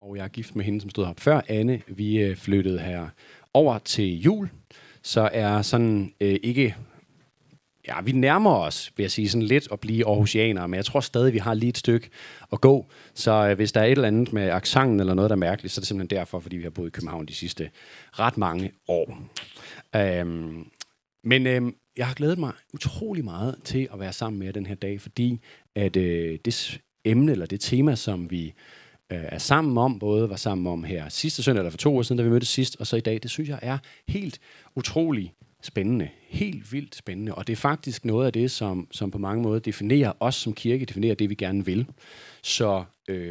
Og jeg er gift med hende, som stod her før, Anne. Vi flyttede her over til jul, så er sådan ikke... Ja, vi nærmer os, vil jeg sige, sådan lidt at blive aarhusianere, men jeg tror stadig, vi har lige et stykke at gå. Så hvis der er et eller andet med accenten eller noget, der er mærkeligt, så er det simpelthen derfor, fordi vi har boet i København de sidste ret mange år. Men jeg har glædet mig utrolig meget til at være sammen med jer den her dag, fordi at det emne eller det tema, som vi er sammen om, både var sammen om her sidste søndag, eller for 2 år siden, da vi mødtes sidst, og så i dag, det synes jeg er helt utrolig spændende. Helt vildt spændende. Og det er faktisk noget af det, som på mange måder definerer os som kirke, definerer det, vi gerne vil. Så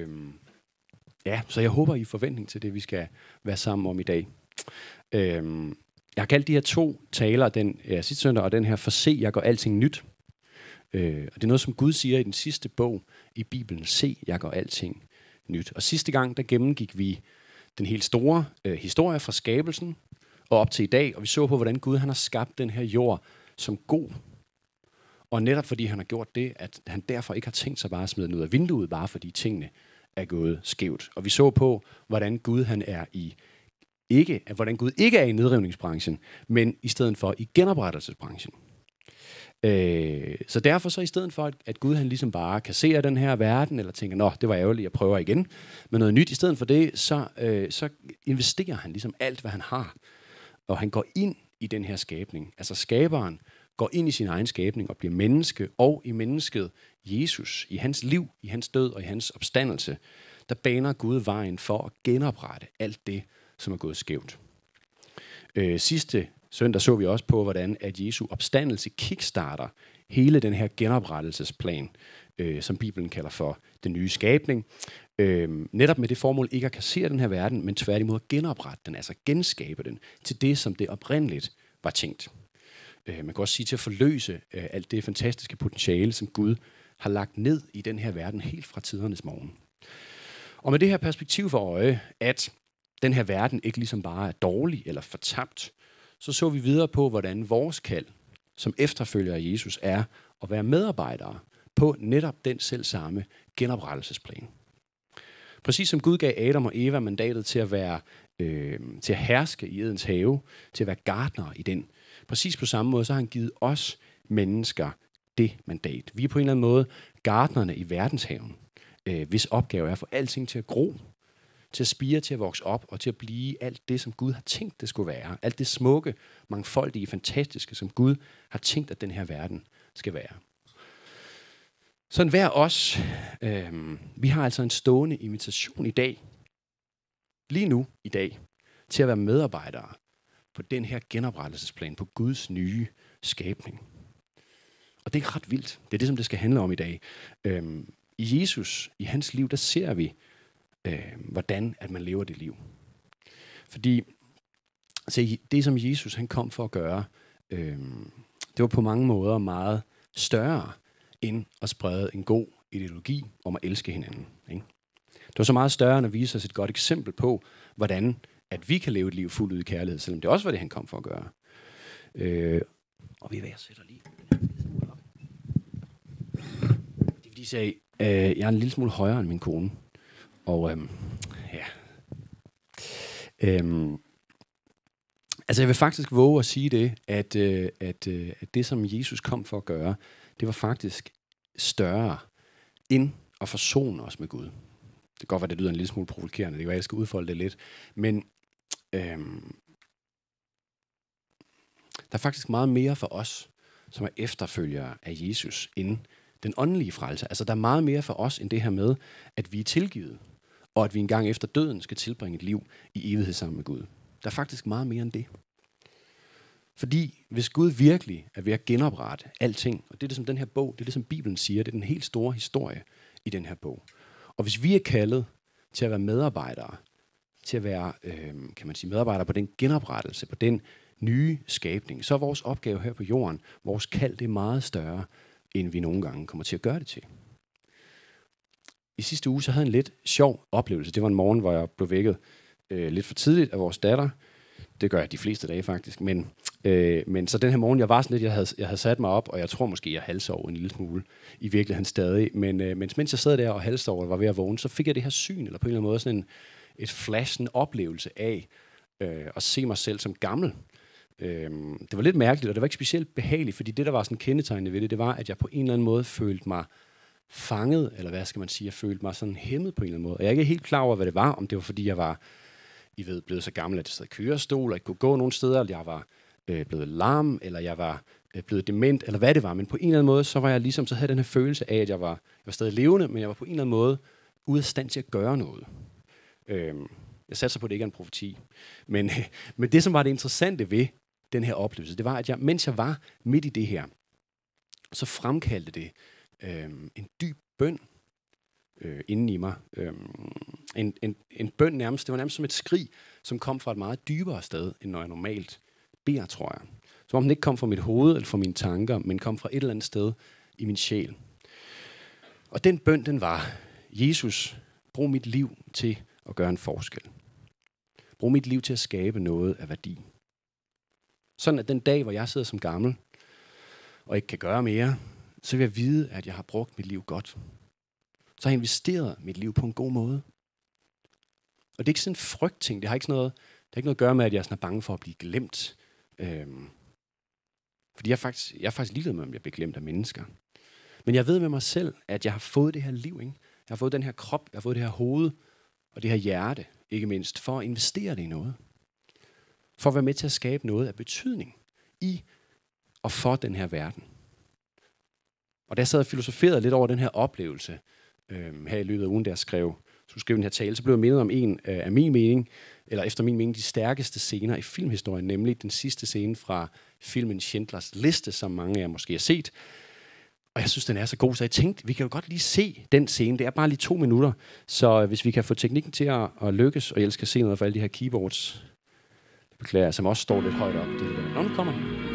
så jeg håber, I er forventning til det, vi skal være sammen om i dag. Jeg har kaldt de her 2 taler, den sidste søndag og den her, for se, jeg gør alting nyt. Og det er noget, som Gud siger i den sidste bog i Bibelen. Se, jeg gør alting nyt. Og sidste gang, der gennemgik vi den helt store historie fra skabelsen og op til i dag, og vi så på, hvordan Gud han har skabt den her jord som god. Og netop fordi han har gjort det, at han derfor ikke har tænkt sig bare at smide den ud af vinduet, bare fordi tingene er gået skævt. Og vi så på, hvordan Gud han er hvordan Gud ikke er i nedrivningsbranchen, men i stedet for i genoprettelsesbranchen. Så derfor så i stedet for, at Gud han ligesom bare kasserer den her verden, eller tænker, nå, det var ærgerligt, jeg prøver igen med noget nyt, i stedet for det, så investerer han ligesom alt, hvad han har. Og han går ind i den her skabning. Altså skaberen går ind i sin egen skabning og bliver menneske, og i mennesket Jesus, i hans liv, i hans død og i hans opstandelse, der baner Gud vejen for at genoprette alt det, som er gået skævt. Sidste søndag så vi også på, hvordan at Jesu opstandelse kickstarter hele den her genoprettelsesplan, som Bibelen kalder for den nye skabning. Netop med det formål ikke at kassere den her verden, men tværtimod at genoprette den, altså genskabe den til det, som det oprindeligt var tænkt. Man kan også sige til at forløse alt det fantastiske potentiale, som Gud har lagt ned i den her verden helt fra tidernes morgen. Og med det her perspektiv for øje, at den her verden ikke ligesom bare er dårlig eller fortabt, så vi videre på, hvordan vores kald som efterfølger af Jesus er at være medarbejdere på netop den selv samme genoprettelsesplan. Præcis som Gud gav Adam og Eva mandatet til at herske i Edens have, til at være gartnere i den. Præcis på samme måde, så har han givet os mennesker det mandat. Vi er på en eller anden måde gartnerne i verdenshaven, hvis opgave er at få alting til at gro, til at spire, til at vokse op og til at blive alt det, som Gud har tænkt, det skulle være. Alt det smukke, mangfoldige, fantastiske, som Gud har tænkt, at den her verden skal være. Så hver os, vi har altså en stående invitation i dag, lige nu i dag, til at være medarbejdere på den her genoprettelsesplan, på Guds nye skabning. Og det er ret vildt. Det er det, som det skal handle om i dag. I Jesus, i hans liv, der ser vi, hvordan at man lever det liv. Fordi altså, det, som Jesus han kom for at gøre, det var på mange måder meget større end at sprede en god ideologi om at elske hinanden. Ikke? Det var så meget større end at vise os et godt eksempel på, hvordan at vi kan leve et liv fuldt ud i kærlighed, selvom det også var det, han kom for at gøre. Og ved I hvad, jeg sætter lige op. Det er fordi, jeg er en lille smule højere end min kone. Og altså jeg vil faktisk våge at sige det, at det, som Jesus kom for at gøre, det var faktisk større end at forsone os med Gud. Det kan godt være, det lyder en lille smule provokerende, det kan være, jeg skal udfolde det lidt, men der er faktisk meget mere for os, som er efterfølgere af Jesus, end den åndelige frelse. Altså der er meget mere for os, end det her med, at vi er tilgivet, og at vi engang efter døden skal tilbringe et liv i evighed sammen med Gud. Der er faktisk meget mere end det. Fordi hvis Gud virkelig er ved at genoprette alting, og det er det, som den her bog, det er det, som Bibelen siger, det er den helt store historie i den her bog. Og hvis vi er kaldet til at være medarbejdere, til at være, kan man sige, medarbejdere på den genoprettelse, på den nye skabning, så er vores opgave her på jorden, vores kald, det er meget større, end vi nogle gange kommer til at gøre det til. I sidste uge så havde jeg en lidt sjov oplevelse. Det var en morgen, hvor jeg blev vækket lidt for tidligt af vores datter. Det gør jeg de fleste dage faktisk. Men så den her morgen, jeg var sådan lidt, jeg havde sat mig op, og jeg tror måske, jeg halvsov en lille smule. I virkeligheden stadig. Men mens jeg sad der og halvsov og var ved at vågne, så fik jeg det her syn, eller på en eller anden måde sådan et flash, en oplevelse af at se mig selv som gammel. Det var lidt mærkeligt, og det var ikke specielt behageligt, fordi det, der var sådan kendetegnende ved det, det var, at jeg på en eller anden måde følte mig fanget, eller hvad skal man sige, jeg følte mig sådan hæmmet på en eller anden måde. Og jeg er ikke helt klar over, hvad det var, om det var, fordi jeg var, blevet så gammel, at jeg sad i kørestol, og ikke kunne gå nogen steder, eller jeg var blevet lam, eller jeg var blevet dement, eller hvad det var. Men på en eller anden måde, så var jeg ligesom, så havde den her følelse af, at jeg var stadig levende, men jeg var på en eller anden måde ude af stand til at gøre noget. Jeg satser på, at det ikke er en profeti. Men det, som var det interessante ved den her oplevelse, det var, at mens jeg var midt i det her, så fremkaldte det en dyb bøn inden i mig. En bøn nærmest, det var nærmest som et skrig, som kom fra et meget dybere sted, end når jeg normalt beder, tror jeg. Som om den ikke kom fra mit hoved eller fra mine tanker, men kom fra et eller andet sted i min sjæl. Og den bøn, den var: Jesus, brug mit liv til at gøre en forskel. Brug mit liv til at skabe noget af værdi. Sådan at den dag, hvor jeg sidder som gammel og ikke kan gøre mere, så vil jeg vide, at jeg har brugt mit liv godt. Så har jeg investeret mit liv på en god måde. Og det er ikke sådan en frygtting. Det har ikke noget at gøre med, at jeg er sådan bange for at blive glemt. Fordi jeg er faktisk ligeglad med, om jeg bliver glemt af mennesker. Men jeg ved med mig selv, at jeg har fået det her liv. Ikke? Jeg har fået den her krop, jeg har fået det her hoved og det her hjerte, ikke mindst, for at investere det i noget. For at være med til at skabe noget af betydning i og for den her verden. Og da jeg sad og filosoferede lidt over den her oplevelse, her i løbet af ugen, der jeg skulle skrive den her tale, så blev jeg mindet om en af min mening, eller efter min mening, de stærkeste scener i filmhistorien, nemlig den sidste scene fra filmen Schindlers Liste, som mange af jer måske har set. Og jeg synes, den er så god, så jeg tænkte, vi kan jo godt lige se den scene. Det er bare lige 2 minutter, så hvis vi kan få teknikken til at lykkes, og jeg skal se noget for alle de her keyboards, det beklager jeg, som også står lidt højt op. Nå, nu kommer den.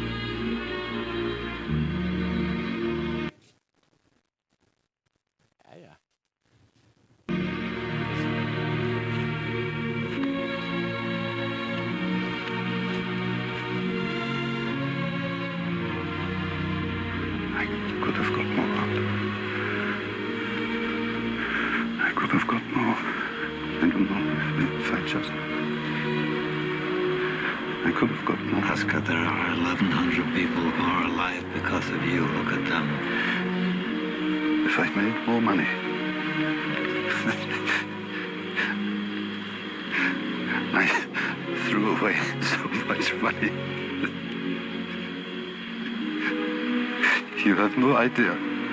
Oscar, there are 1,100 people who are alive because of you. Look at them. If I'd made more money, I threw away so much money. You have no idea.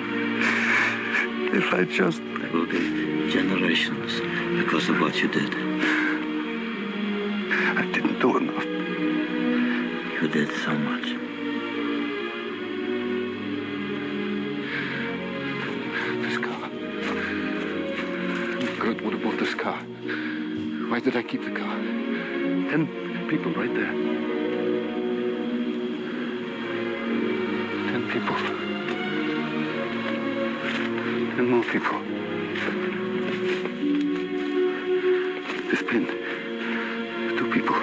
If I just... There will be generations because of what you did. I didn't do enough. You did so much. This car. Kurt would have bought this car. Why did I keep the car? 10 people right there. 10 people. 10 more people. This pin. 2 people.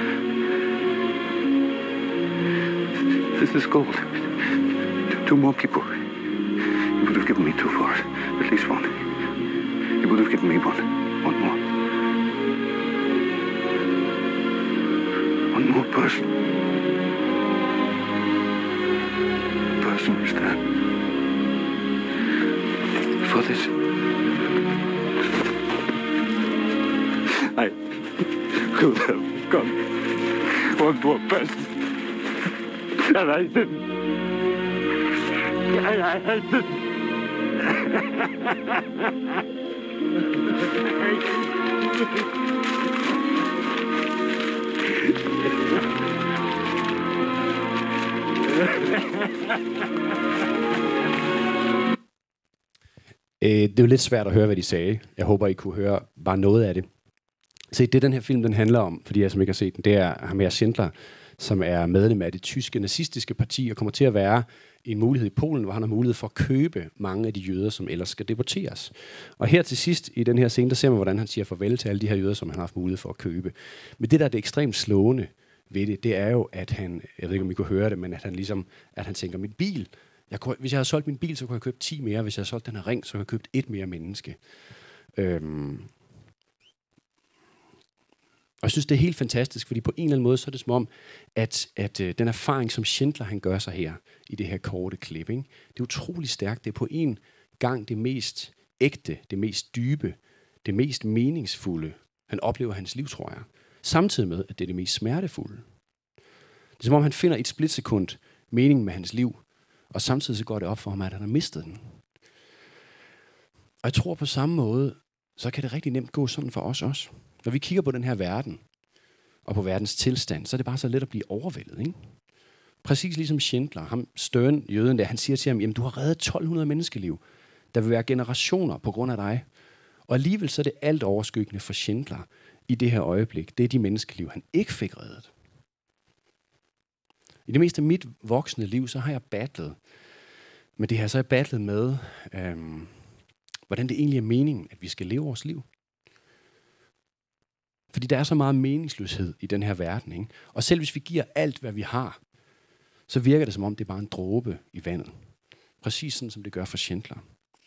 This is gold. 2 more people. You would have given me 2 for it. At least 1. You would have given me 1. 1 more. 1 more person. Person is that. For this. I could have gone 1 more person. And I didn't. And I didn't. Det er jo lidt svært at høre, hvad de sagde. Jeg håber, I kunne høre bare noget af det. Se, det den her film den handler om, fordi jeg som ikke har set den, det er ham her Schindler, som er medlem af det tyske nazistiske parti, og kommer til at være en mulighed i Polen, hvor han har mulighed for at købe mange af de jøder, som ellers skal deporteres. Og her til sidst i den her scene, der ser man, hvordan han siger farvel til alle de her jøder, som han har haft mulighed for at købe. Men det, der er det ekstremt slående ved det, det er jo, at han, jeg ved ikke, om I kunne høre det, men at han ligesom, at han tænker, min bil, hvis jeg havde solgt min bil, så kunne jeg købe 10 mere. Hvis jeg havde solgt den her ring, så kunne jeg købe 1 mere menneske. jeg synes, det er helt fantastisk, fordi på en eller anden måde, så er det som om, at den erfaring, som Schindler han gør sig her, i det her korte klip, ikke? Det er utrolig stærkt. Det er på en gang det mest ægte, det mest dybe, det mest meningsfulde, han oplever i hans liv, tror jeg. Samtidig med, at det er det mest smertefulde. Det er som om, han finder et splitsekund mening med hans liv, og samtidig så går det op for ham, at han har mistet den. Og jeg tror på samme måde, så kan det rigtig nemt gå sådan for os også. Når vi kigger på den her verden, og på verdens tilstand, så er det bare så let at blive overvældet, ikke? Præcis ligesom Schindler, ham Stern, jøden der, han siger til ham, jamen du har reddet 1200 menneskeliv. Der vil være generationer på grund af dig. Og alligevel så er det alt overskyggende for Schindler i det her øjeblik. Det er de menneskeliv, han ikke fik reddet. I det meste af mit voksne liv, så har jeg battlet med det her. Så har jeg battlet med, hvordan det egentlig er meningen, at vi skal leve vores liv. Fordi der er så meget meningsløshed i den her verden, ikke? Og selv hvis vi giver alt, hvad vi har, så virker det som om, det er bare en dråbe i vandet. Præcis sådan, som det gør for Schindler.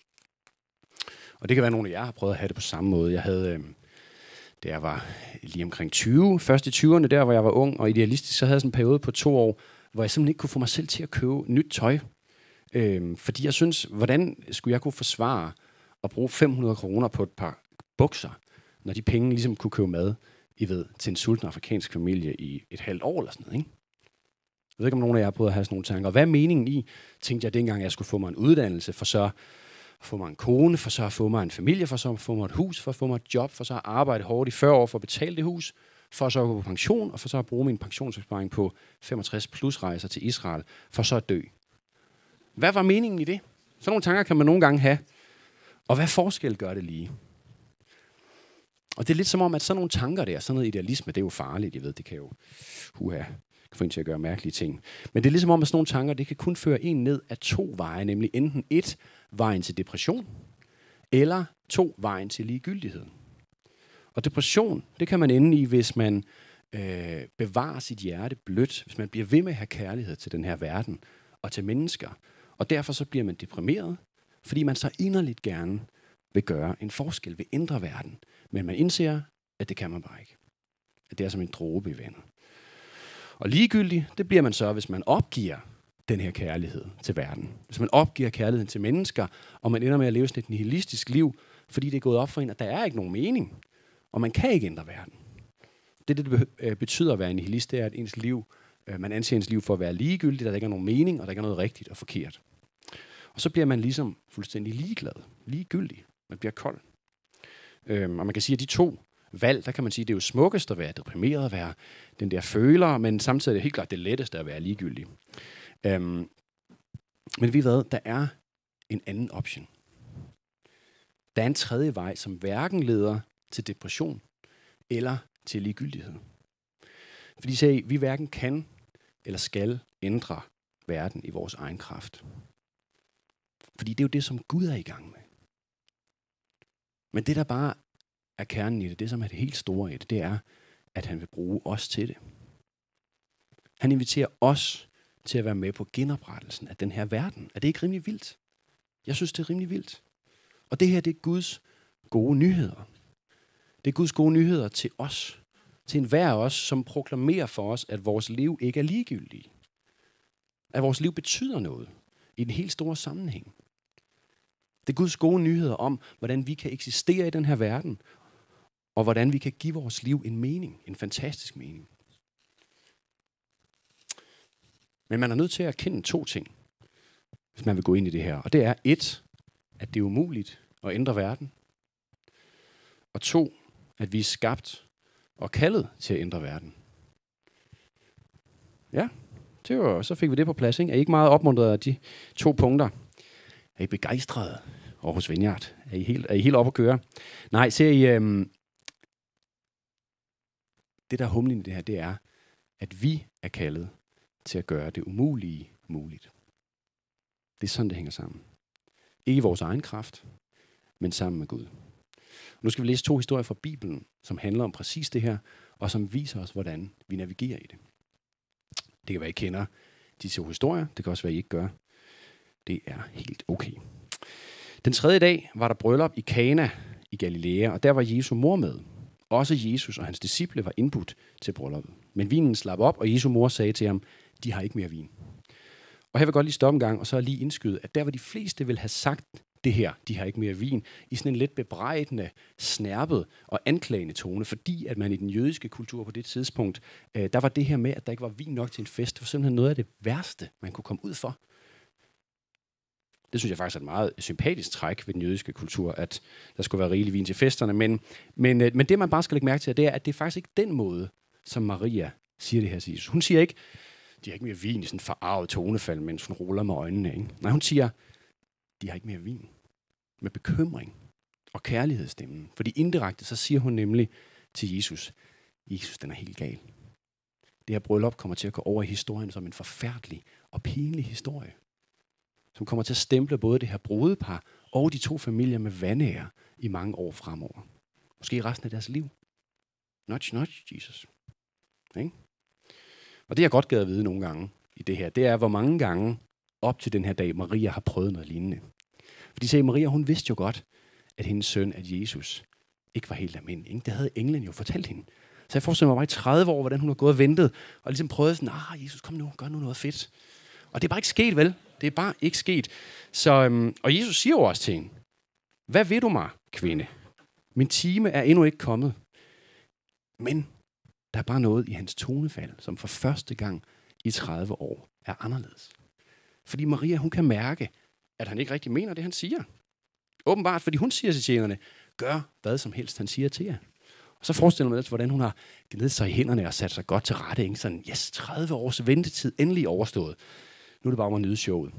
Og det kan være, at nogle af jer har prøvet at have det på samme måde. Jeg havde, da jeg var lige omkring 20, først i 20'erne, der hvor jeg var ung og idealistisk, så havde jeg sådan en periode på 2 år, hvor jeg simpelthen ikke kunne få mig selv til at købe nyt tøj. Fordi jeg synes, hvordan skulle jeg kunne forsvare at bruge 500 kroner på et par bukser, når de penge ligesom kunne købe mad, til en sulten afrikansk familie i et halvt år eller sådan noget, ikke? Jeg ved ikke, om nogen af jer har prøvet at have sådan nogle tanker. Og hvad er meningen i? Tænkte jeg dengang, jeg skulle få mig en uddannelse, for så at få mig en kone, for så at få mig en familie, for så at få mig et hus, for at få mig et job, for så at arbejde hårdt i 40 år for at betale det hus, for så at gå på pension, og for så at bruge min pensionsopsparing på 65 plus rejser til Israel, for så at dø. Hvad var meningen i det? Sådan nogle tanker kan man nogle gange have. Og hvad forskel gør det lige? Og det er lidt som om, at sådan nogle tanker der, sådan noget idealisme, det er jo farligt, jeg ved, det kan jo få en til at gøre mærkelige ting. Men det er ligesom om, at sådan nogle tanker, det kan kun føre en ned af 2 veje, nemlig enten 1, vejen til depression, eller 2, vejen til ligegyldighed. Og depression, det kan man ende i, hvis man bevarer sit hjerte blødt, hvis man bliver ved med at have kærlighed til den her verden og til mennesker. Og derfor så bliver man deprimeret, fordi man så inderligt gerne vil gøre en forskel, vil ændre verden. Men man indser, at det kan man bare ikke. At det er som en dråbe i vandet. Og ligegyldig, det bliver man så, hvis man opgiver den her kærlighed til verden. Hvis man opgiver kærligheden til mennesker, og man ender med at leve sådan et nihilistisk liv, fordi det er gået op for en, at der er ikke nogen mening. Og man kan ikke ændre verden. Det betyder at være en nihilist, det er, at ens liv, man anser ens liv for at være ligegyldigt, der ikke er nogen mening, og der ikke er noget rigtigt og forkert. Og så bliver man ligesom fuldstændig ligeglad, ligegyldig. Man bliver kold. Og man kan sige, at de 2 valg, der kan man sige, at det er jo smukkest at være deprimeret, at være den der føler, men samtidig er det helt klart det letteste at være ligegyldig. Men ved I hvad? Der er en anden option. Der er en tredje vej, som hverken leder til depression eller til ligegyldighed. Fordi vi hverken kan eller skal ændre verden i vores egen kraft. Fordi det er jo det, som Gud er i gang med. Men det, der bare er kernen i det som er det helt store i det er, at han vil bruge os til det. Han inviterer os til at være med på genoprettelsen af den her verden. Er det ikke rimelig vildt? Jeg synes, det er rimelig vildt. Og det her, det er Guds gode nyheder. Det er Guds gode nyheder til os. Til enhver af os, som proklamerer for os, at vores liv ikke er ligegyldige. At vores liv betyder noget i den helt store sammenhæng. Det er Guds gode nyheder om, hvordan vi kan eksistere i den her verden, og hvordan vi kan give vores liv en mening, en fantastisk mening. Men man er nødt til at erkende 2 ting, hvis man vil gå ind i det her. Og det er 1, at det er umuligt at ændre verden. Og 2, at vi er skabt og kaldet til at ændre verden. Ja, så fik vi det på plads, ikke? Er I ikke meget opmuntret af de 2 punkter? Er I begejstrede over hos Vineyard? Er I helt oppe at køre? Nej, ser I, det der er humlen i det her, det er, at vi er kaldet til at gøre det umulige muligt. Det er sådan, det hænger sammen. Ikke i vores egen kraft, men sammen med Gud. Og nu skal vi læse 2 historier fra Bibelen, som handler om præcis det her, og som viser os, hvordan vi navigerer i det. Det kan være, I kender de 2 historier. Det kan også være, I ikke gør. Det er helt okay. Den 3. dag var der bryllup i Kana i Galilea, og der var Jesu mor med. Også Jesus og hans disciple var indbudt til brylluppet. Men vinen slap op, og Jesu mor sagde til ham, de har ikke mere vin. Og her vil jeg godt lige stoppe en gang, og så lige indskyde, at der hvor de fleste vil have sagt det her, de har ikke mere vin, i sådan en lidt bebrejdende, snærpet og anklagende tone, fordi at man i den jødiske kultur på det tidspunkt, der var det her med, at der ikke var vin nok til en fest, det var simpelthen noget af det værste, man kunne komme ud for. Det synes jeg faktisk er et meget sympatisk træk ved den jødiske kultur, at der skulle være rigelig vin til festerne. Men det, man bare skal lægge mærke til, det er, at det er faktisk ikke den måde, som Maria siger det her til Jesus. Hun siger ikke, de har ikke mere vin i sådan en forarvet tonefald, mens hun ruller med øjnene. Ikke? Nej, hun siger, de har ikke mere vin. Med bekymring og kærlighedsstemmen. Fordi indirekte, så siger hun nemlig til Jesus, Jesus, den er helt gal. Det her bryllup kommer til at gå over i historien som en forfærdelig og pinlig historie, som kommer til at stemple både det her brudepar og de to familier med vanære i mange år fremover. Måske i resten af deres liv. Nudge, nudge, Jesus. Ikke? Og det jeg godt gad at vide nogle gange i det her, det er, hvor mange gange op til den her dag, Maria har prøvet noget lignende. Fordi sagde Maria, hun vidste jo godt, at hendes søn, at Jesus, ikke var helt almindelig. Ikke? Det havde englen jo fortalt hende. Så jeg forestiller mig bare i 30 år, hvordan hun har gået og ventet, og ligesom prøvet sådan, Jesus, kom nu, gør nu noget fedt. Og det er bare ikke sket, vel? Det er bare ikke sket. Så, og Jesus siger jo også til hende, hvad vil du mig, kvinde? Min time er endnu ikke kommet. Men der er bare noget i hans tonefald, som for første gang i 30 år er anderledes. Fordi Maria, hun kan mærke, at han ikke rigtig mener det, han siger. Åbenbart, fordi hun siger til tjenerne, gør hvad som helst, han siger til jer. Og så forestiller man sig, hvordan hun har givet sig i hænderne og sat sig godt til rette. Ikke? Sådan, 30 års ventetid endelig overstået. Nu er det bare om at nyde showet.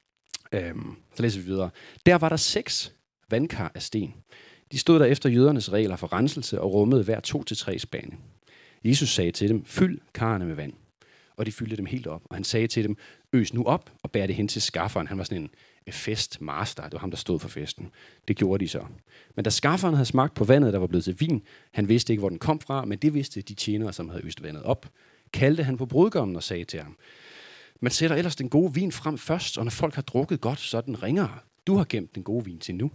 Så læser vi videre. Der var der 6 vandkar af sten. De stod der efter jødernes regler for renselse og rummede hver 2-3 spande. Jesus sagde til dem, fyld karrene med vand. Og de fyldte dem helt op. Og han sagde til dem, øs nu op og bær det hen til skafferen. Han var sådan en festmaster. Det var ham, der stod for festen. Det gjorde de så. Men da skafferen havde smagt på vandet, der var blevet til vin, han vidste ikke, hvor den kom fra, men det vidste de tjenere, som havde øst vandet op, kaldte han på brudgommen og sagde til ham, man sætter ellers den gode vin frem først, og når folk har drukket godt, så er den ringere. Du har gemt den gode vin til nu.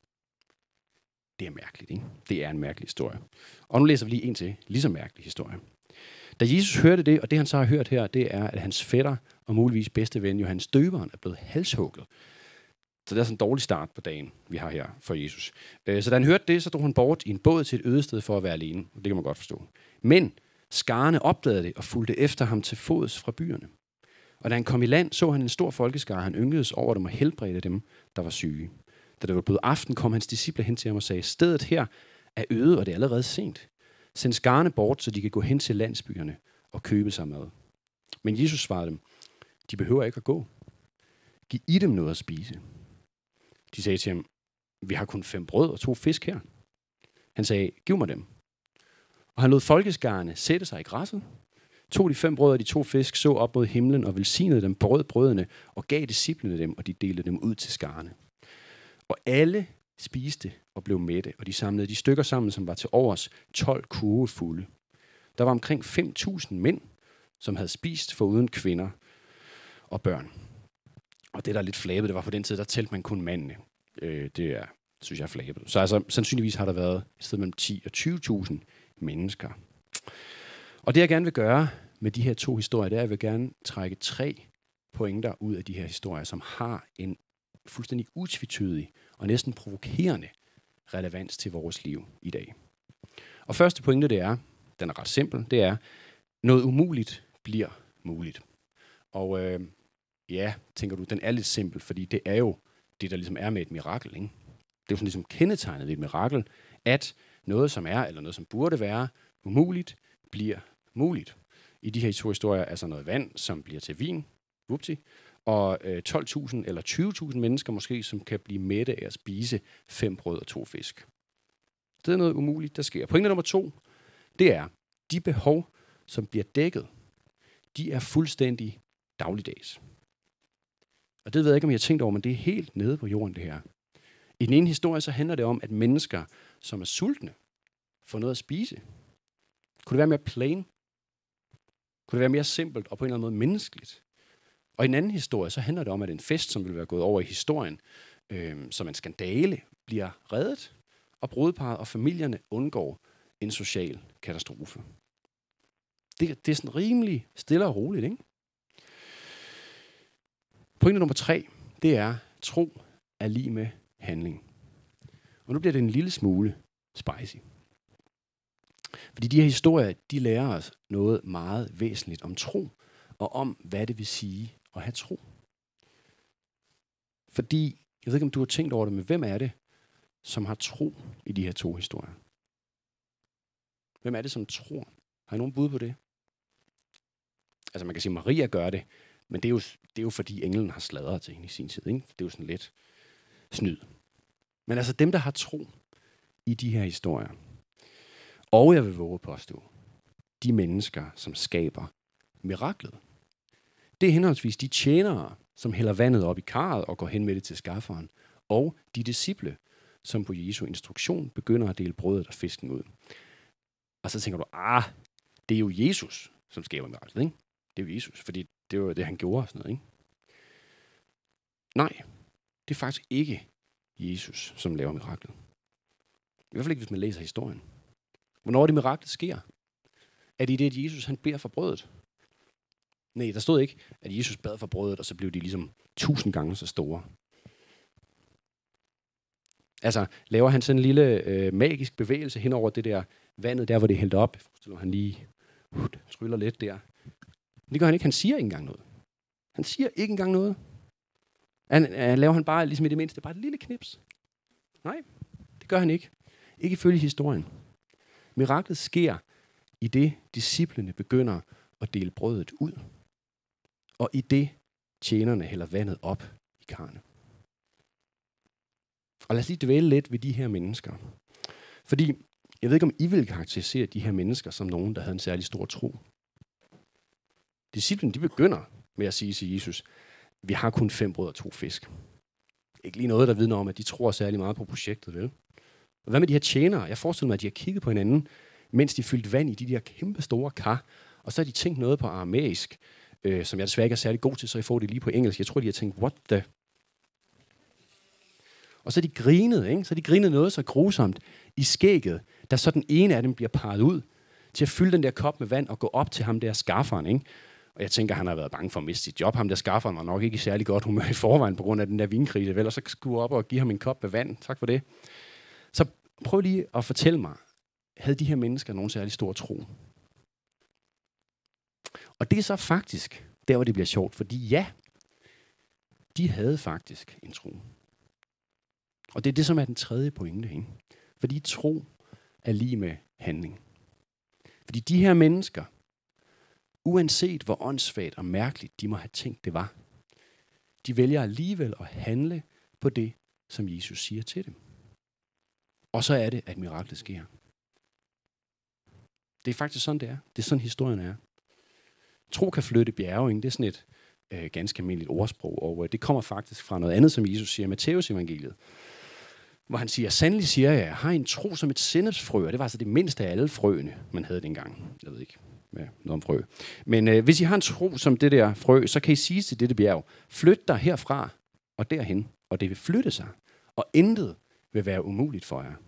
Det er mærkeligt, ikke? Det er en mærkelig historie. Og nu læser vi lige en til, lige så mærkelig historie. Da Jesus hørte det, og det han så har hørt her, det er, at hans fætter og muligvis bedste ven, Johannes Døberen, er blevet halshugget. Så det er sådan en dårlig start på dagen, vi har her for Jesus. Så da han hørte det, så drog han bort i en båd til et ødested for at være alene. Det kan man godt forstå. Men skarne opdagede det og fulgte efter ham til fods fra byerne. Og da han kom i land, så han en stor folkeskare. Han ynkedes over dem og helbredte dem, der var syge. Da det var blevet aften, kom hans disciple hen til ham og sagde, stedet her er øde, og det er allerede sent. Send skarne bort, så de kan gå hen til landsbyerne og købe sig mad. Men Jesus svarede dem, de behøver ikke at gå. Giv I dem noget at spise. De sagde til ham, vi har kun 5 brød og 2 fisk her. Han sagde, giv mig dem. Og han lod folkeskarne sætte sig i græsset, tog de 5 brød og de 2 fisk, så op mod himlen og velsignede dem, brød brødene og gav disciplene dem, og de delte dem ud til skarne. Og alle spiste og blev mætte, og de samlede de stykker sammen, som var til overs 12 kurve fulde. Der var omkring 5.000 mænd, som havde spist foruden kvinder og børn. Og det, der er lidt flabet, det var på den tid, der talte man kun mændene. Det er, synes jeg, er flabet. Så altså, sandsynligvis har der været et sted mellem 10 og 20.000 mennesker. Og det, jeg gerne vil gøre med de her 2 historier, det er, at jeg vil gerne trække 3 pointer ud af de her historier, som har en fuldstændig utvetydig og næsten provokerende relevans til vores liv i dag. Og første pointe, det er, den er ret simpel, det er, noget umuligt bliver muligt. Og ja, tænker du, den er lidt simpel, fordi det er jo det, der ligesom er med et mirakel. Ikke? Det er jo sådan ligesom kendetegnet ved et mirakel, at noget, som er, eller noget, som burde være umuligt, bliver muligt. I de her 2 historier er så noget vand, som bliver til vin, og 12.000 eller 20.000 mennesker måske, som kan blive mætte af at spise 5 brød og 2 fisk. Det er noget umuligt, der sker. Pointe nummer 2, det er, de behov, som bliver dækket, de er fuldstændig dagligdags. Og det ved jeg ikke, om jeg har tænkt over, men det er helt nede på jorden, det her. I den ene historie, så handler det om, at mennesker, som er sultne, får noget at spise. Kunne det være mere plain? Kunne det være mere simpelt og på en eller anden måde menneskeligt? Og i en anden historie, så handler det om, at en fest, som vil være gået over i historien, som en skandale, bliver reddet, og brudeparret og familierne undgår en social katastrofe. Det er sådan rimelig stille og roligt, ikke? Pointe nummer 3, det er, tro er lig med handling. Og nu bliver det en lille smule spicy. Fordi de her historier, de lærer os noget meget væsentligt om tro, og om, hvad det vil sige at have tro. Fordi, jeg ved ikke, om du har tænkt over det, men hvem er det, som har tro i de her 2 historier? Hvem er det, som tror? Har I nogen bud på det? Altså, man kan sige, at Maria gør det, men det er jo fordi englen har sladret til hende i sin tid, ikke? Det er jo sådan lidt snyd. Men altså, dem, der har tro i de her historier, og jeg vil våge at påstå, de mennesker, som skaber miraklet, det er henholdsvis de tjenere, som hælder vandet op i karret og går hen med det til skafferen, og de disciple, som på Jesu instruktion begynder at dele brødet og fisken ud. Og så tænker du, det er jo Jesus, som skaber miraklet, ikke? Det er jo Jesus, fordi det var det, han gjorde og sådan noget, ikke? Nej, det er faktisk ikke Jesus, som laver miraklet. I hvert fald ikke, hvis man læser historien. Hvornår det miraklet sker? Er det i det, at Jesus han beder for brødet? Nej, der stod ikke, at Jesus bad for brødet, og så blev de ligesom 1000 gange så store. Altså, laver han sådan en lille magisk bevægelse hen over det der vandet, der hvor det er hældt op. Så han lige tryller lidt der. Men det gør han ikke. Han siger ikke engang noget. Han siger ikke engang noget. Laver han bare, ligesom i det mindste, bare et lille knips? Nej, det gør han ikke. Ikke ifølge historien. Miraklet sker i det, disciplene begynder at dele brødet ud. Og i det, tjenerne hælder vandet op i karrene. Og lad os lige dvæle lidt ved de her mennesker. Fordi, jeg ved ikke, om I vil karakterisere de her mennesker som nogen, der havde en særlig stor tro. Disciplene, de begynder med at sige til Jesus, vi har kun 5 brød og 2 fisk. Ikke lige noget, der vidner om, at de tror særlig meget på projektet, vel? Og hvad med de her tjenere? Jeg forestiller mig, at de har kigget på hinanden, mens de fyldte vand i de der kæmpe store kar. Og så har de tænkt noget på aramæisk, som jeg desværre ikke er særlig god til, så jeg får det lige på engelsk. Jeg tror, de har tænkt, what the... Og så er de grinede, ikke? Så de grinede noget så grusomt i skægget, da så den ene af dem bliver parret ud til at fylde den der kop med vand og gå op til ham der skafferen, ikke? Og jeg tænker, han har været bange for at miste sit job. Ham der skafferen var nok ikke i særlig godt humør i forvejen på grund af den der vinkrise, vel? Og så skulle op og give ham en kop med vand. Tak for det. Så prøv lige at fortælle mig, havde de her mennesker nogen særlig stor tro? Og det er så faktisk der, hvor det bliver sjovt, fordi ja, de havde faktisk en tro. Og det er det, som er den 3. pointe, ikke? Fordi tro er lige med handling. Fordi de her mennesker, uanset hvor åndssvagt og mærkeligt de må have tænkt det var, de vælger alligevel at handle på det, som Jesus siger til dem. Og så er det, at miraklet sker. Det er faktisk sådan, det er. Det er sådan, historien er. Tro kan flytte bjerge, ikke? Det er sådan et ganske almindeligt ordsprog, og det kommer faktisk fra noget andet, som Jesus siger i Matthæus evangeliet, hvor han siger, sandelig siger jeg har en tro som et sennepsfrø, og det var altså det mindste af alle frøene, man havde dengang. Jeg ved ikke noget om frø. Men hvis I har en tro som det der frø, så kan I sige til dette bjerg, flyt dig herfra og derhen, og det vil flytte sig, og intet vil være umuligt for jer.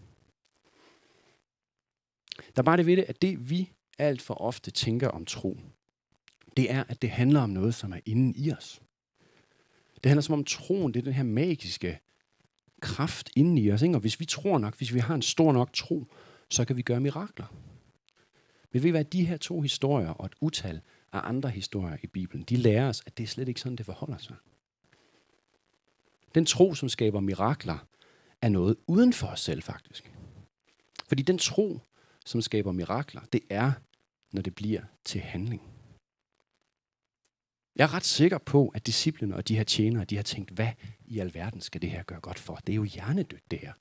Der er bare det ved det, at det vi alt for ofte tænker om tro, det er, at det handler om noget, som er inde i os. Det handler som om troen, det er den her magiske kraft inde i os, ikke? Og hvis vi tror nok, hvis vi har en stor nok tro, så kan vi gøre mirakler. Men ved I hvad, de her 2 historier og et utal af andre historier i Bibelen, de lærer os, at det er slet ikke sådan, det forholder sig. Den tro, som skaber mirakler, er noget uden for os selv faktisk. Fordi den tro, som skaber mirakler, det er, når det bliver til handling. Jeg er ret sikker på, at disciplene og de her tjenere, de har tænkt, hvad i alverden skal det her gøre godt for? Det er jo hjernedødt, det her.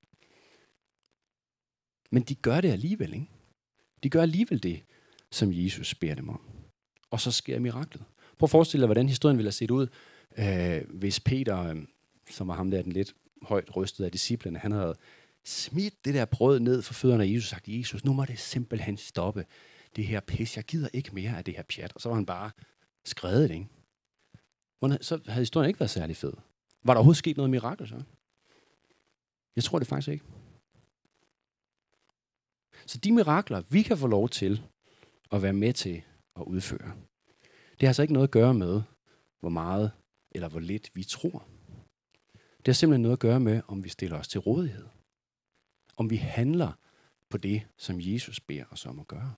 Men de gør det alligevel, ikke? De gør alligevel det, som Jesus beder dem om. Og så sker miraklet. Prøv at forestille dig, hvordan historien ville have set ud, hvis Peter, som var ham der den lidt højt rystede af disciplene, han havde smidt det der brød ned for fødderne af Jesus og sagt, Jesus, nu må det simpelthen stoppe det her pis. Jeg gider ikke mere af det her pjat. Og så var han bare skredet, ikke? Så havde historien ikke været særlig fed. Var der overhovedet sket noget mirakel så? Jeg tror det faktisk ikke. Så de mirakler, vi kan få lov til at være med til at udføre, det har altså ikke noget at gøre med, hvor meget eller hvor lidt vi tror. Det har simpelthen noget at gøre med, om vi stiller os til rådighed. Om vi handler på det, som Jesus beder os om at gøre.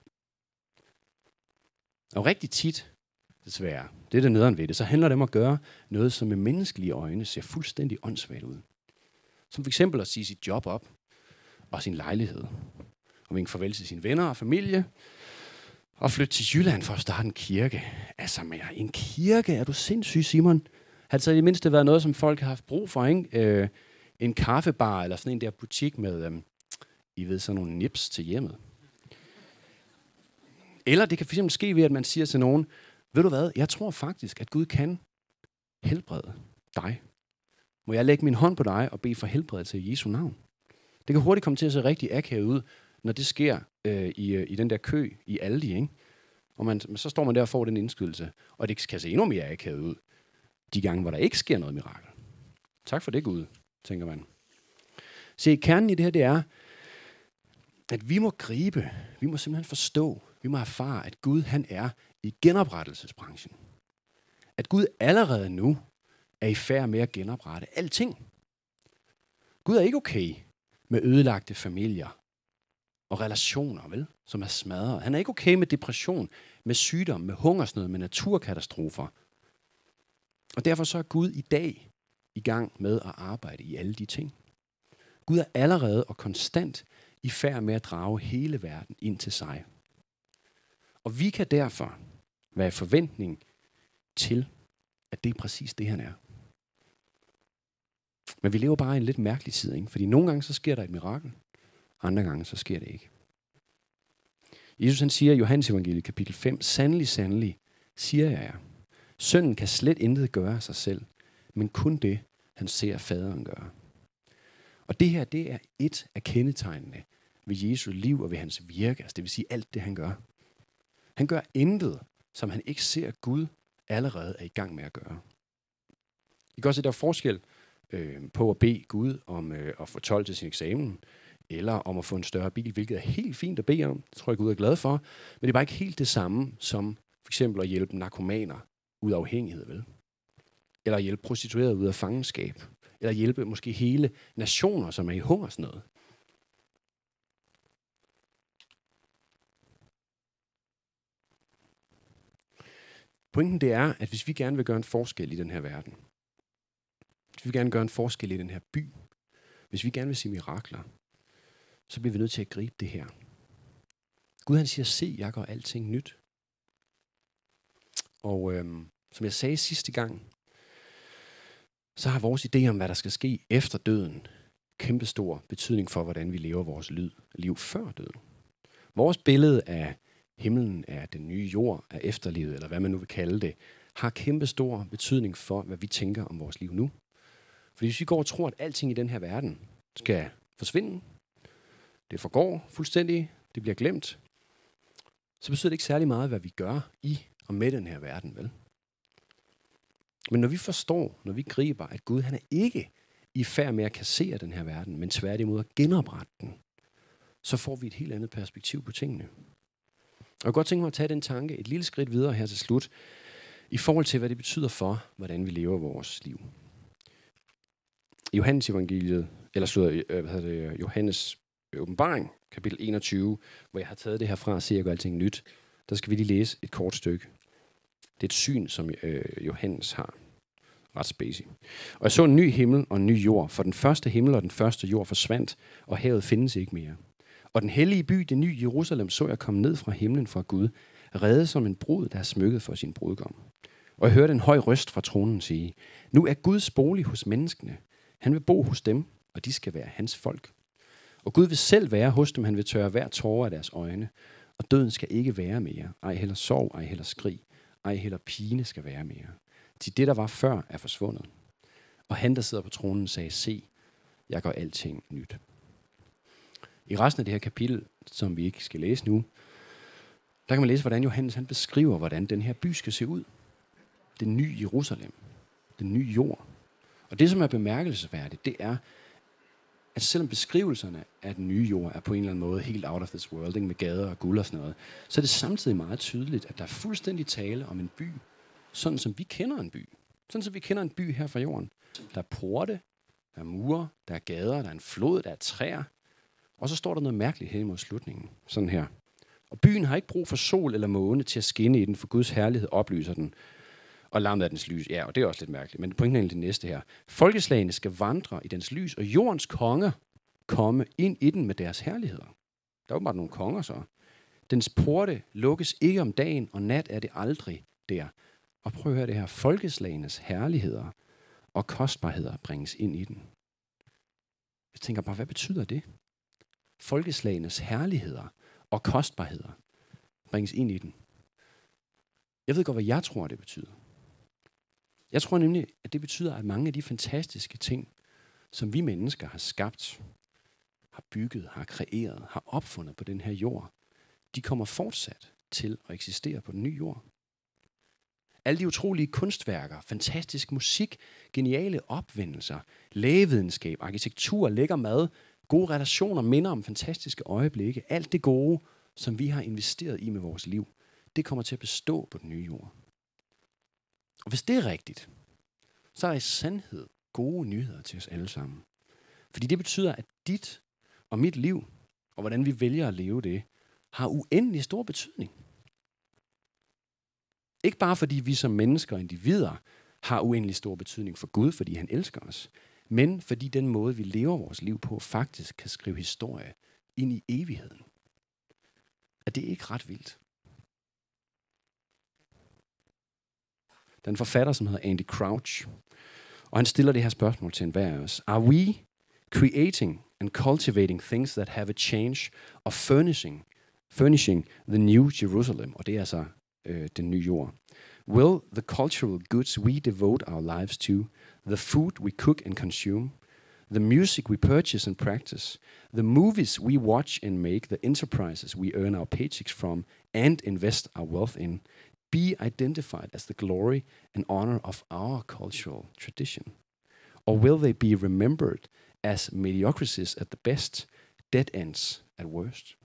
Og rigtig tit, desværre, det er det nederen ved det, så handler det om at gøre noget, som med menneskelige øjne ser fuldstændig åndssvagt ud. Som for eksempel at sige sit job op og sin lejlighed. Og vinke farvel til sine venner og familie. Og flytte til Jylland for at starte en kirke. Altså, men en kirke? Er du sindssyg, Simon? Har det så i det mindste været noget, som folk har haft brug for, ikke? En kaffebar eller sådan en der butik med, I ved, sådan nogle nips til hjemmet. Eller det kan fx ske ved, at man siger til nogen, ved du hvad, jeg tror faktisk, at Gud kan helbrede dig. Må jeg lægge min hånd på dig og bede for helbredelse i Jesu navn? Det kan hurtigt komme til at se rigtig akavet ud, når det sker i den der kø i Aldi, ikke? Og så står man der og får den indskydelse. Og det kan se endnu mere akavet ud, de gange, hvor der ikke sker noget mirakel. Tak for det, Gud, tænker man. Se, kernen i det her, det er, at vi må gribe, vi må simpelthen forstå, vi må erfare, at Gud, han er i genoprettelsesbranchen. At Gud allerede nu er i færd med at genoprette alting. Gud er ikke okay med ødelagte familier og relationer, vel, som er smadret. Han er ikke okay med depression, med sygdom, med hungersnød, med naturkatastrofer. Og derfor så er Gud i dag i gang med at arbejde i alle de ting. Gud er allerede og konstant i færd med at drage hele verden ind til sig. Og vi kan derfor være i forventning til, at det er præcis det, han er. Men vi lever bare i en lidt mærkelig tid, ikke? Fordi nogle gange så sker der et mirakel, andre gange så sker det ikke. Jesus han siger i Johannes evangeliet kapitel 5, sandelig, sandelig, siger jeg jer, sønnen kan slet intet gøre af sig selv, men kun det, han ser faderen gøre. Og det her, det er et af kendetegnene ved Jesu liv og ved hans virke, altså det vil sige alt det, han gør. Han gør intet, som han ikke ser Gud allerede er i gang med at gøre. I kan også se, der er forskel på at bede Gud om at få 12 til sin eksamen, eller om at få en større bil, hvilket er helt fint at bede om. Det tror jeg, Gud er glad for. Men det er bare ikke helt det samme som for eksempel at hjælpe narkomaner ud af afhængighed, vel? Eller at hjælpe prostituerede ud af fangenskab. Eller hjælpe måske hele nationer, som er i hungersnød. Pointen det er, at hvis vi gerne vil gøre en forskel i den her verden, hvis vi gerne vil gøre en forskel i den her by, hvis vi gerne vil se mirakler, så bliver vi nødt til at gribe det her. Gud han siger, se, jeg gør alting nyt. Og som jeg sagde sidste gang, så har vores idé om, hvad der skal ske efter døden, kæmpestor betydning for, hvordan vi lever vores liv før døden. Vores billede af himlen, af den nye jord, af efterlivet, eller hvad man nu vil kalde det, har kæmpestor betydning for, hvad vi tænker om vores liv nu. Fordi hvis vi går og tror, at alting i den her verden skal forsvinde, det forgår fuldstændig, det bliver glemt, så betyder det ikke særlig meget, hvad vi gør i og med den her verden, vel? Men når vi forstår, når vi griber, at Gud han er ikke i færd med at kassere den her verden, men tværtimod at genoprette den, så får vi et helt andet perspektiv på tingene. Og jeg kunne godt tænke mig at tage den tanke et lille skridt videre her til slut, i forhold til, hvad det betyder for, hvordan vi lever vores liv. I Johannes evangeliet, eller Johannes åbenbaring, kapitel 21, hvor jeg har taget det her fra og ser, jeg gør alting nyt, der skal vi lige læse et kort stykke. Det er et syn, som Johannes har. Ret spacey. Og jeg så en ny himmel og en ny jord, for den første himmel og den første jord forsvandt, og havet findes ikke mere. Og den hellige by, det nye Jerusalem, så jeg komme ned fra himlen fra Gud, reddet som en brud, der er smykket for sin brudgom. Og jeg hørte en høj røst fra tronen sige, nu er Guds bolig hos menneskene. Han vil bo hos dem, og de skal være hans folk. Og Gud vil selv være hos dem, han vil tørre hver tåre af deres øjne. Og døden skal ikke være mere. Ej heller sorg, ej heller skrig. Ej heller pine skal være mere. Til det, der var før, er forsvundet. Og han, der sidder på tronen, sagde, se, jeg gør alting nyt. I resten af det her kapitel, som vi ikke skal læse nu, der kan man læse, hvordan Johannes han beskriver, hvordan den her by skal se ud. Den nye Jerusalem. Den nye jord. Og det, som er bemærkelsesværdigt, det er, at selvom beskrivelserne af den nye jord er på en eller anden måde helt out of this world, ikke, med gader og guld og sådan noget, så er det samtidig meget tydeligt, at der er fuldstændig tale om en by, sådan som vi kender en by. Sådan som vi kender en by her fra jorden. Der er porte, der er mure, der er gader, der er en flod, der er træer. Og så står der noget mærkeligt hen mod slutningen. Sådan her. Og byen har ikke brug for sol eller måne til at skinne i den, for Guds herlighed oplyser den. Og lammet af dens lys. Ja, og det er også lidt mærkeligt. Men pointen er det næste her. Folkeslagene skal vandre i dens lys, og jordens konger komme ind i den med deres herligheder. Der er jo bare nogle konger så. Dens porte lukkes ikke om dagen, og nat er det aldrig der. Og prøv at høre det her. Folkeslagenes herligheder og kostbarheder bringes ind i den. Jeg tænker bare, hvad betyder det? Folkeslagenes herligheder og kostbarheder bringes ind i den. Jeg ved godt, hvad jeg tror, det betyder. Jeg tror nemlig, at det betyder, at mange af de fantastiske ting, som vi mennesker har skabt, har bygget, har kreeret, har opfundet på den her jord, de kommer fortsat til at eksistere på den nye jord. Alle de utrolige kunstværker, fantastisk musik, geniale opfindelser, lægevidenskab, arkitektur, lækker mad, gode relationer, minder om fantastiske øjeblikke, alt det gode, som vi har investeret i med vores liv, det kommer til at bestå på den nye jord. Og hvis det er rigtigt, så er der i sandhed gode nyheder til os alle sammen. Fordi det betyder, at dit og mit liv, og hvordan vi vælger at leve det, har uendelig stor betydning. Ikke bare fordi vi som mennesker og individer har uendelig stor betydning for Gud, fordi han elsker os, men fordi den måde, vi lever vores liv på, faktisk kan skrive historie ind i evigheden. Er det ikke ret vildt? Der er en forfatter, som hedder Andy Crouch, og han stiller det her spørgsmål til enhver af os. Are we creating and cultivating things that have a change of furnishing the new Jerusalem? Og det er altså den nye jord. Will the cultural goods we devote our lives to, the food we cook and consume, the music we purchase and practice, the movies we watch and make, the enterprises we earn our paychecks from and invest our wealth in, be identified as the glory and honor of our cultural tradition? Or will they be remembered as mediocrities at the best, dead ends at worst?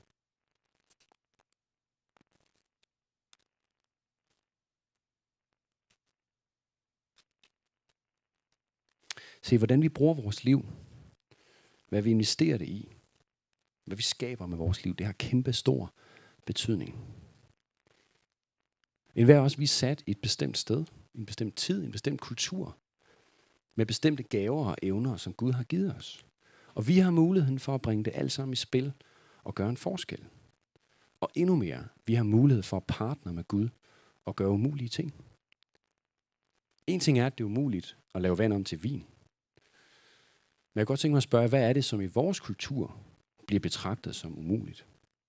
Se, hvordan vi bruger vores liv, hvad vi investerer det i, hvad vi skaber med vores liv, det har kæmpe stor betydning. Enhver af os, vi er sat i et bestemt sted, i en bestemt tid, i en bestemt kultur, med bestemte gaver og evner, som Gud har givet os. Og vi har muligheden for at bringe det alt sammen i spil og gøre en forskel. Og endnu mere, vi har mulighed for at partnere med Gud og gøre umulige ting. En ting er, at det er umuligt at lave vand om til vin. Men jeg kan godt tænke mig at spørge, hvad er det, som i vores kultur bliver betragtet som umuligt?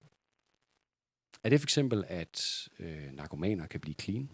Er det for eksempel, at narkomaner kan blive clean?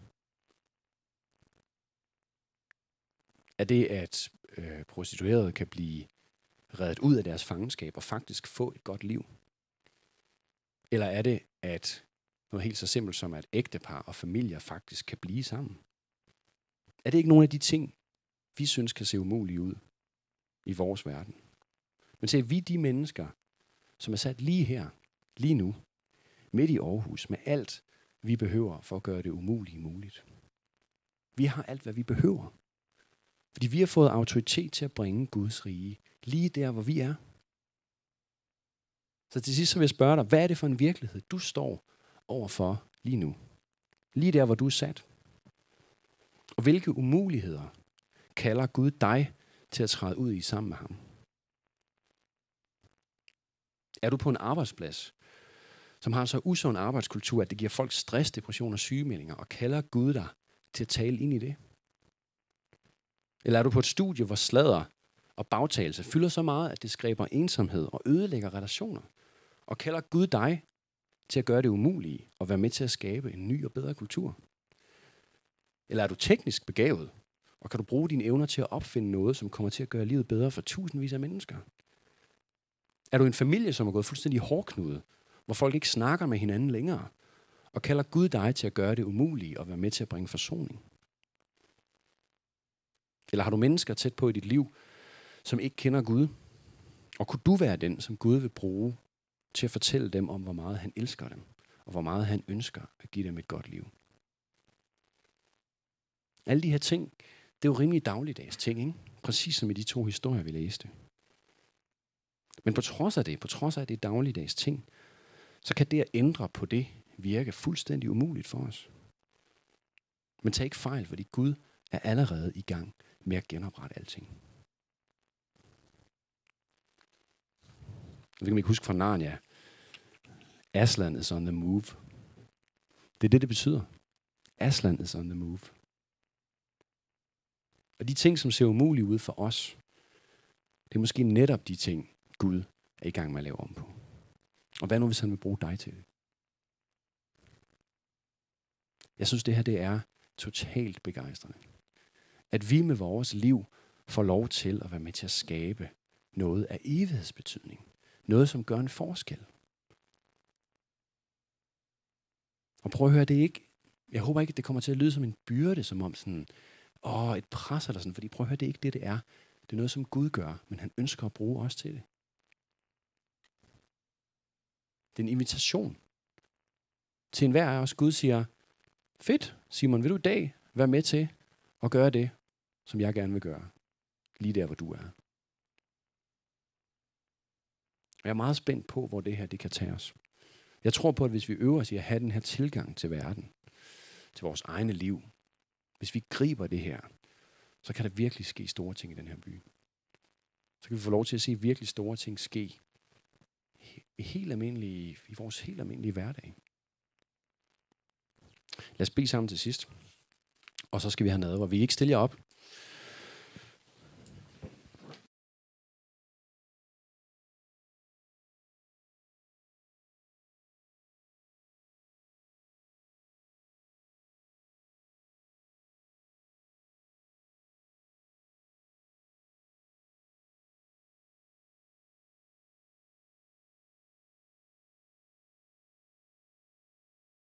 Er det, at prostituerede kan blive reddet ud af deres fangenskab og faktisk få et godt liv? Eller er det, at noget helt så simpelt som, at ægtepar og familier faktisk kan blive sammen? Er det ikke nogle af de ting, vi synes kan se umulige ud i vores verden? Men se, vi de mennesker, som er sat lige her, lige nu, midt i Aarhus, med alt, vi behøver for at gøre det umulige muligt. Vi har alt, hvad vi behøver. Fordi vi har fået autoritet til at bringe Guds rige lige der, hvor vi er. Så til sidst så vil jeg spørge dig, hvad er det for en virkelighed, du står overfor lige nu? Lige der, hvor du er sat. Og hvilke umuligheder kalder Gud dig til at træde ud i sammen med ham? Er du på en arbejdsplads, som har så usund arbejdskultur, at det giver folk stress, depression og sygemeldinger, og kalder Gud dig til at tale ind i det? Eller er du på et studie, hvor sladder og bagtagelse fylder så meget, at det skaber ensomhed og ødelægger relationer, og kalder Gud dig til at gøre det umulige og være med til at skabe en ny og bedre kultur? Eller er du teknisk begavet, og kan du bruge dine evner til at opfinde noget, som kommer til at gøre livet bedre for tusindvis af mennesker? Er du en familie, som er gået fuldstændig hårdknude, hvor folk ikke snakker med hinanden længere, og kalder Gud dig til at gøre det umulige og være med til at bringe forsoning? Eller har du mennesker tæt på i dit liv, som ikke kender Gud? Og kunne du være den, som Gud vil bruge til at fortælle dem om, hvor meget han elsker dem, og hvor meget han ønsker at give dem et godt liv? Alle de her ting, det er jo rimelig dagligdags ting, ikke? Præcis som i de 2 historier, vi læste. Men på trods af det er dagligdags ting, så kan det at ændre på det virke fuldstændig umuligt for os. Men tag ikke fejl, fordi Gud er allerede i gang med at genoprette alting. Det kan man ikke huske fra Narnia. Aslan is on the move. Det er det betyder. Aslan is on the move. Og de ting, som ser umulige ud for os, det er måske netop de ting, Gud er i gang med at lave om på. Og hvad nu, hvis han vil bruge dig til det? Jeg synes, det her det er totalt begejstrende. At vi med vores liv får lov til at være med til at skabe noget af evighedsbetydning. Noget, som gør en forskel. Og prøv at høre, det er ikke, jeg håber ikke, at det kommer til at lyde som en byrde, som om sådan, et pres eller sådan, fordi prøv at høre, det er ikke det er. Det er noget, som Gud gør, men han ønsker at bruge os til det. Det er en invitation til enhver af os. Gud siger, fedt, Simon, vil du i dag være med til at gøre det, som jeg gerne vil gøre, lige der, hvor du er. Og jeg er meget spændt på, hvor det her det kan tage os. Jeg tror på, at hvis vi øver os i at have den her tilgang til verden, til vores egne liv, hvis vi griber det her, så kan der virkelig ske store ting i den her by. Så kan vi få lov til at se virkelig store ting ske i vores helt almindelige hverdag. Lad os bede sammen til sidst. Og så skal vi have noget, hvor vi ikke stiller op.